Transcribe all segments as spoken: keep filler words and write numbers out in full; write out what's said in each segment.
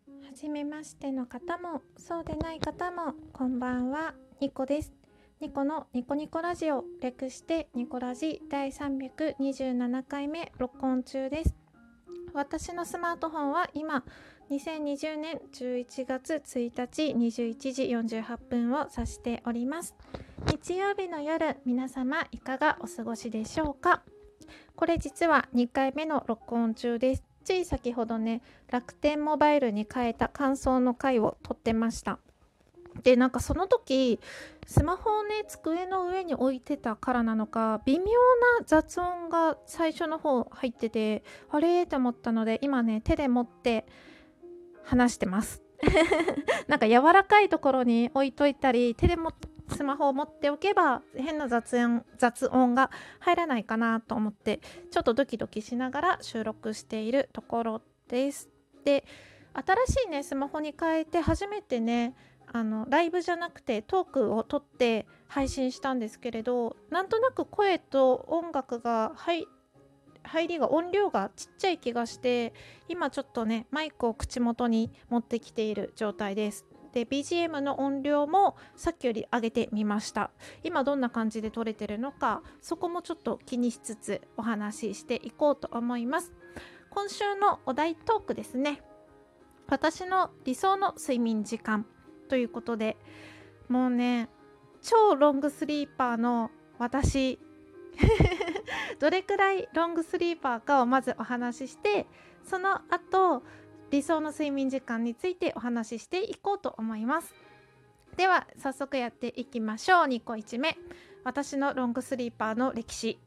はじめましての方もそうでない方もこんばんは。ニコです。ニコのニコニコラジオ、略してニコラジだいさんびゃくにじゅうななかいめ録音中です。私のスマートフォンは今にせんにじゅうねんじゅういちがつついたちにじゅういちじよんじゅうはっぷんを指しております。日曜日の夜、皆様いかがお過ごしでしょうか。これ実はにかいめの録音中です。つい先ほどね、楽天モバイルに変えた感想の回を撮ってました。で、なんかその時スマホをね机の上に置いてたからなのか、微妙な雑音が最初の方入ってて、あれーって思ったので、今ね手で持って話してますなんか柔らかいところに置いといたり、手でもスマホを持っておけば変な雑音雑音が入らないかなと思って、ちょっとドキドキしながら収録しているところです。で、新しいねスマホに変えて初めてね、あのライブじゃなくてトークを撮って配信したんですけれど、なんとなく声と音楽が入入りが音量がちっちゃい気がして、今ちょっとねマイクを口元に持ってきている状態です。で ビージーエム の音量もさっきより上げてみました。今どんな感じで撮れてるのか、そこもちょっと気にしつつお話ししていこうと思います。今週のお題トークですね。私の理想の睡眠時間ということで、もうね超ロングスリーパーの私どれくらいロングスリーパーかをまずお話しして、その後理想の睡眠時間についてお話ししていこうと思います。では早速やっていきましょう。にこいちめ、私のロングスリーパーの歴史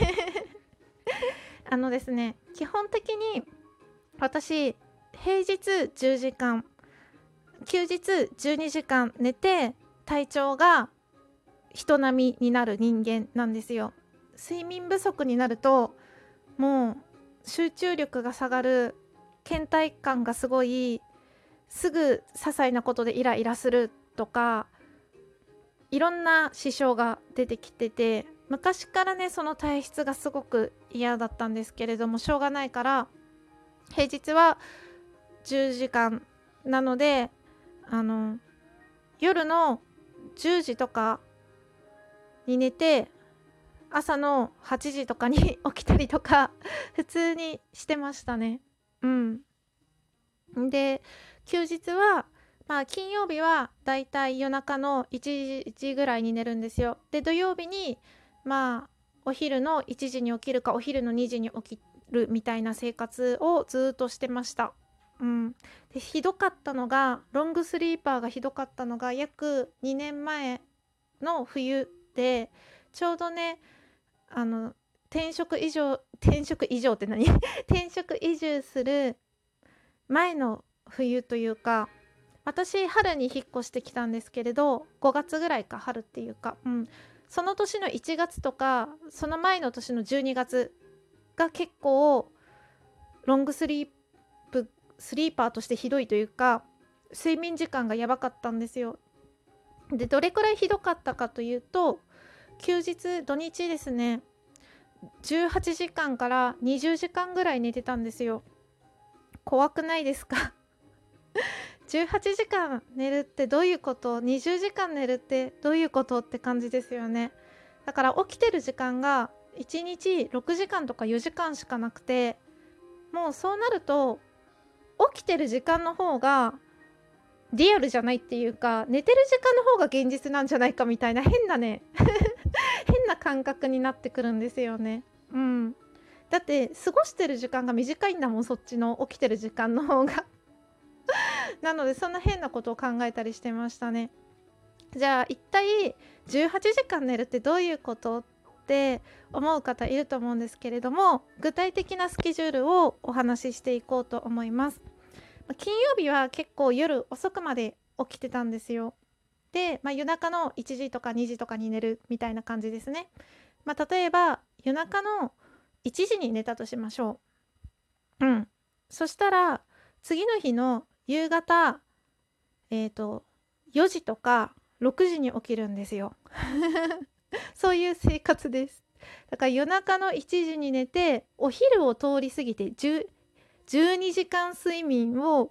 あのですね、基本的に私平日じゅうじかん、休日じゅうにじかん寝て体調が人並みになる人間なんですよ。睡眠不足になるともう集中力が下がる、倦怠感がすごい、すぐ些細なことでイライラするとか、いろんな支障が出てきてて、昔からねその体質がすごく嫌だったんですけれども、しょうがないから平日はじゅうじかんなので、あの夜のじゅうじとかに寝て朝のはちじとかに起きたりとか普通にしてましたね。うん。で、休日はまあ金曜日はだいたい夜中のいちじぐらいに寝るんですよ。で、土曜日にまあお昼のいちじに起きるかお昼のにじに起きるみたいな生活をずっとしてました。うん、でひどかったのが、ロングスリーパーがひどかったのが約にねんまえの冬で、ちょうどねあの転職以上転職以上って何転職移住する前の冬というか、私春に引っ越してきたんですけれど、ごがつぐらいか、春っていうか、うん、その年のいちがつとかその前の年のじゅうにがつが結構ロングスリープスリーパーとしてひどいというか、睡眠時間がやばかったんですよ。で、どれくらいひどかったかというと、休日土日ですね、じゅうはちじかんからにじゅうじかんぐらい寝てたんですよ。怖くないですかじゅうはちじかん寝るってどういうこと、にじゅうじかん寝るってどういうことって感じですよね。だから起きてる時間がいちにちろくじかんとかよじかんしかなくて、もうそうなると起きてる時間の方がリアルじゃないっていうか、寝てる時間の方が現実なんじゃないかみたいな変なね変な感覚になってくるんですよね。うん。だって過ごしてる時間が短いんだもん、そっちの起きてる時間の方がなのでそんな変なことを考えたりしてましたね。じゃあ一体じゅうはちじかん寝るってどういうことって思う方いると思うんですけれども、具体的なスケジュールをお話ししていこうと思います。金曜日は結構夜遅くまで起きてたんですよ。で、まあ、夜中のいちじとかにじとかに寝るみたいな感じですね。まあ、例えば夜中のいちじに寝たとしましょう。うん。そしたら次の日の夕方、えっとよじとかろくじに起きるんですよそういう生活です。だから夜中のいちじに寝て、お昼を通り過ぎてじゅうにじかん睡眠を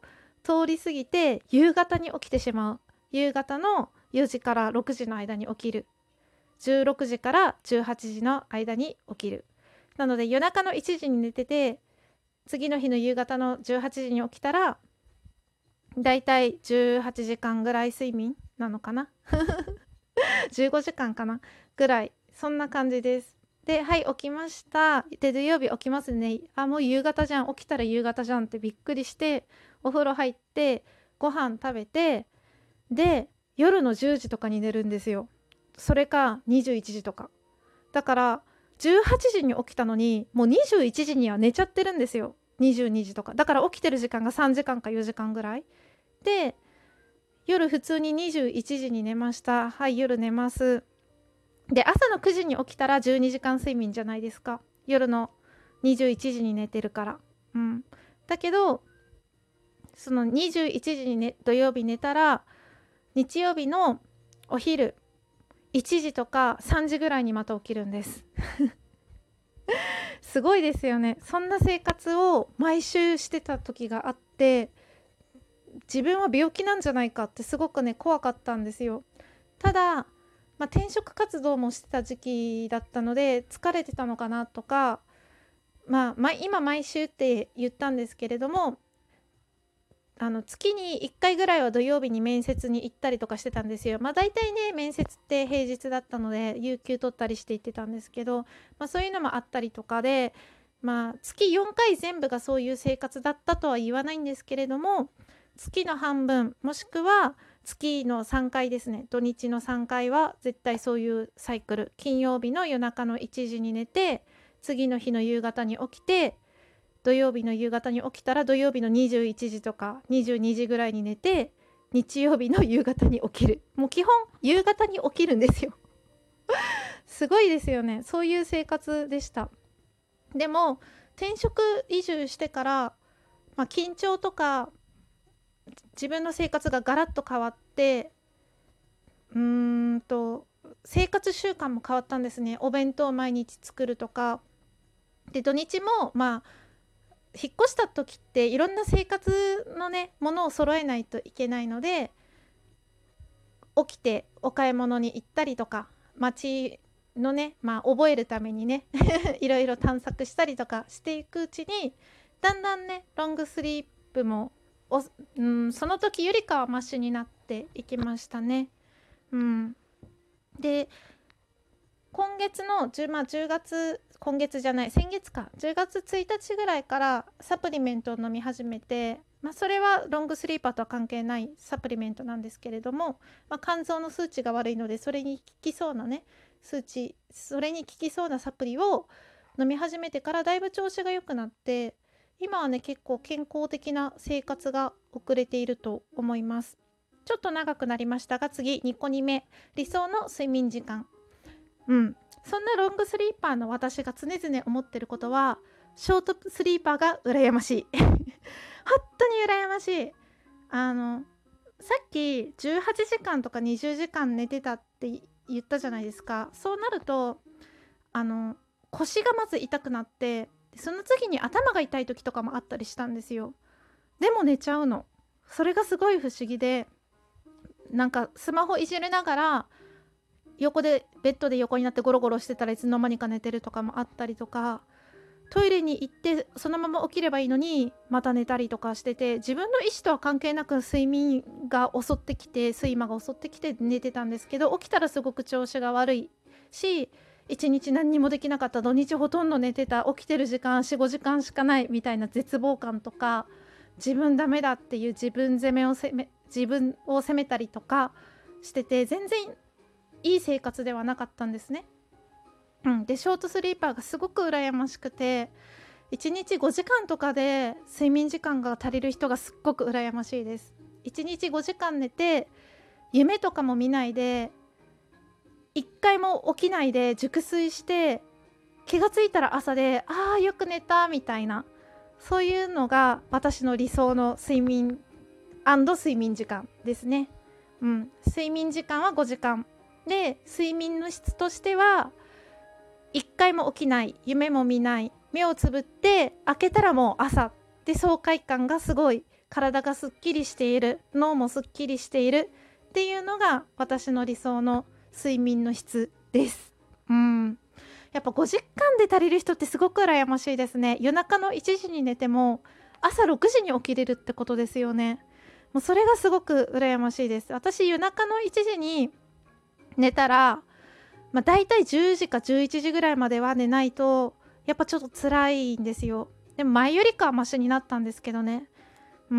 通り過ぎて夕方に起きてしまう。夕方のよじからろくじの間に起きる。じゅうろくじからじゅうはちじの間に起きる。なので夜中のいちじに寝てて、次の日の夕方のじゅうはちじに起きたらだいたいじゅうはちじかんぐらい睡眠なのかなじゅうごじかんかなぐらい、そんな感じです。で、はい、起きました。で、土曜日起きますね。あ、もう夕方じゃん、起きたら夕方じゃんってびっくりして、お風呂入ってご飯食べて、で夜のじゅうじとかに寝るんですよ。それかにじゅういちじとか。だからじゅうはちじに起きたのにもうにじゅういちじには寝ちゃってるんですよ。にじゅうにじとかだから起きてる時間がさんじかんかよじかんぐらいで、夜普通ににじゅういちじに寝ました。はい、夜寝ます。で、朝のくじに起きたらじゅうにじかん睡眠じゃないですか。夜のにじゅういちじに寝てるから。うん。だけどそのにじゅういちじに、ね、土曜日寝たら日曜日のお昼いちじとかさんじぐらいにまた起きるんですすごいですよね。そんな生活を毎週してた時があって、自分は病気なんじゃないかってすごくね怖かったんですよ。ただ、まあ、転職活動もしてた時期だったので疲れてたのかなとか、まあ、ま今毎週って言ったんですけれども、あの月にいっかいぐらいは土曜日に面接に行ったりとかしてたんですよ。まあ大体ね面接って平日だったので有給取ったりして行ってたんですけど、まあ、そういうのもあったりとかで、まあ月よんかい全部がそういう生活だったとは言わないんですけれども、月の半分もしくは月のさんかいですね、土日のさんかいは絶対そういうサイクル。金曜日の夜中のいちじに寝て、次の日の夕方に起きて、土曜日の夕方に起きたら土曜日のにじゅういちじとかにじゅうにじぐらいに寝て、日曜日の夕方に起きる。もう基本夕方に起きるんですよすごいですよね。そういう生活でした。でも転職移住してから、まあ、緊張とか自分の生活がガラッと変わって、うーんと生活習慣も変わったんですね。お弁当を毎日作るとかで、土日もまあ引っ越した時っていろんな生活のねものを揃えないといけないので、起きてお買い物に行ったりとか、街のねまあ覚えるためにねいろいろ探索したりとかしていくうちに、だんだんねロングスリープもお、うん、その時よりかはマシになっていきましたね。うん、で今月の10、まあ、じゅうがつ、今月じゃない先月か、じゅうがつついたちぐらいからサプリメントを飲み始めて、まあ、それはロングスリーパーとは関係ないサプリメントなんですけれども、まあ、肝臓の数値が悪いのでそれに効きそうなね数値、それに効きそうなサプリを飲み始めてからだいぶ調子が良くなって、今はね結構健康的な生活が送れていると思います。ちょっと長くなりましたが、次にこにめ、理想の睡眠時間。うん、そんなロングスリーパーの私が常々思ってることは、ショートスリーパーが羨ましい本当に羨ましい。あのさっきじゅうはちじかんとかにじゅうじかん寝てたって言ったじゃないですか。そうなるとあの腰がまず痛くなって、その次に頭が痛い時とかもあったりしたんですよ。でも寝ちゃうの。それがすごい不思議で、なんかスマホいじりながら横でベッドで横になってゴロゴロしてたらいつの間にか寝てるとかもあったりとか、トイレに行ってそのまま起きればいいのにまた寝たりとかしてて、自分の意思とは関係なく睡眠が襲ってきて睡魔が襲ってきて寝てたんですけど、起きたらすごく調子が悪いし、一日何にもできなかった、土日ほとんど寝てた、起きてる時間 よん,ご 時間しかないみたいな絶望感とか、自分ダメだっていう自分責めを責め自分を責めたりとかしてて、全然いい生活ではなかったんですね。うん、でショートスリーパーがすごく羨ましくて、いちにちごじかんとかで睡眠時間が足りる人がすっごく羨ましいです。いちにちごじかん寝て夢とかも見ないで、いっかいも起きないで熟睡して、気がついたら朝であーよく寝たみたいな、そういうのが私の理想の睡眠睡眠時間ですね。うん、睡眠時間はごじかんで、睡眠の質としてはいっかいも起きない、夢も見ない、目をつぶって開けたらもう朝で、爽快感がすごい体がすっきりしている、脳もすっきりしているっていうのが私の理想の睡眠の質です。うん、やっぱごじかんで足りる人ってすごく羨ましいですね。夜中のいちじに寝ても朝ろくじに起きれるってことですよね。もうそれがすごく羨ましいです。私夜中のいちじに寝たら、まあ、だいたいじゅうじかじゅういちじぐらいまでは寝ないとやっぱちょっと辛いんですよ。でも前よりかはマシになったんですけどね。うん。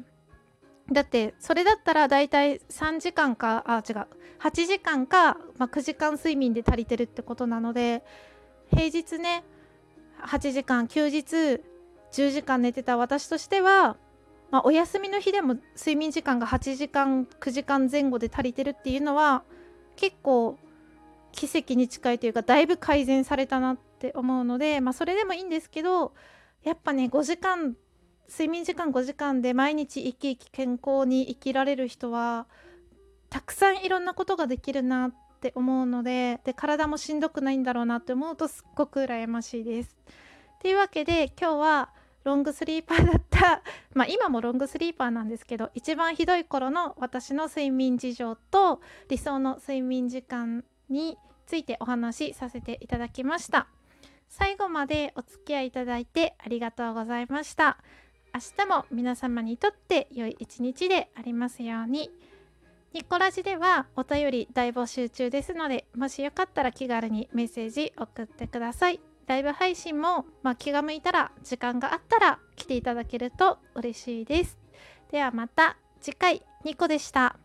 だってそれだったらだいたいさんじかんか、あ、違う、はちじかんか、まあ、くじかん睡眠で足りてるってことなので、平日ねはちじかん、休日じゅうじかん寝てた私としては、まあ、お休みの日でも睡眠時間がはちじかんくじかんぜん後で足りてるっていうのは結構奇跡に近いというか、だいぶ改善されたなって思うので、まあ、それでもいいんですけど、やっぱねごじかん、睡眠時間ごじかんで毎日生き生き健康に生きられる人はたくさんいろんなことができるなって思うので、で体もしんどくないんだろうなって思うとすっごく羨ましいです。というわけで今日はロングスリーパーだったまあ今もロングスリーパーなんですけど、一番ひどい頃の私の睡眠事情と理想の睡眠時間についてお話しさせていただきました。最後までお付き合いいただいてありがとうございました。明日も皆様にとって良い一日でありますように。ニコラジではお便り大募集中ですので、もしよかったら気軽にメッセージ送ってください。ライブ配信も、まあ、気が向いたら時間があったら来ていただけると嬉しいです。ではまた次回。ニコでした。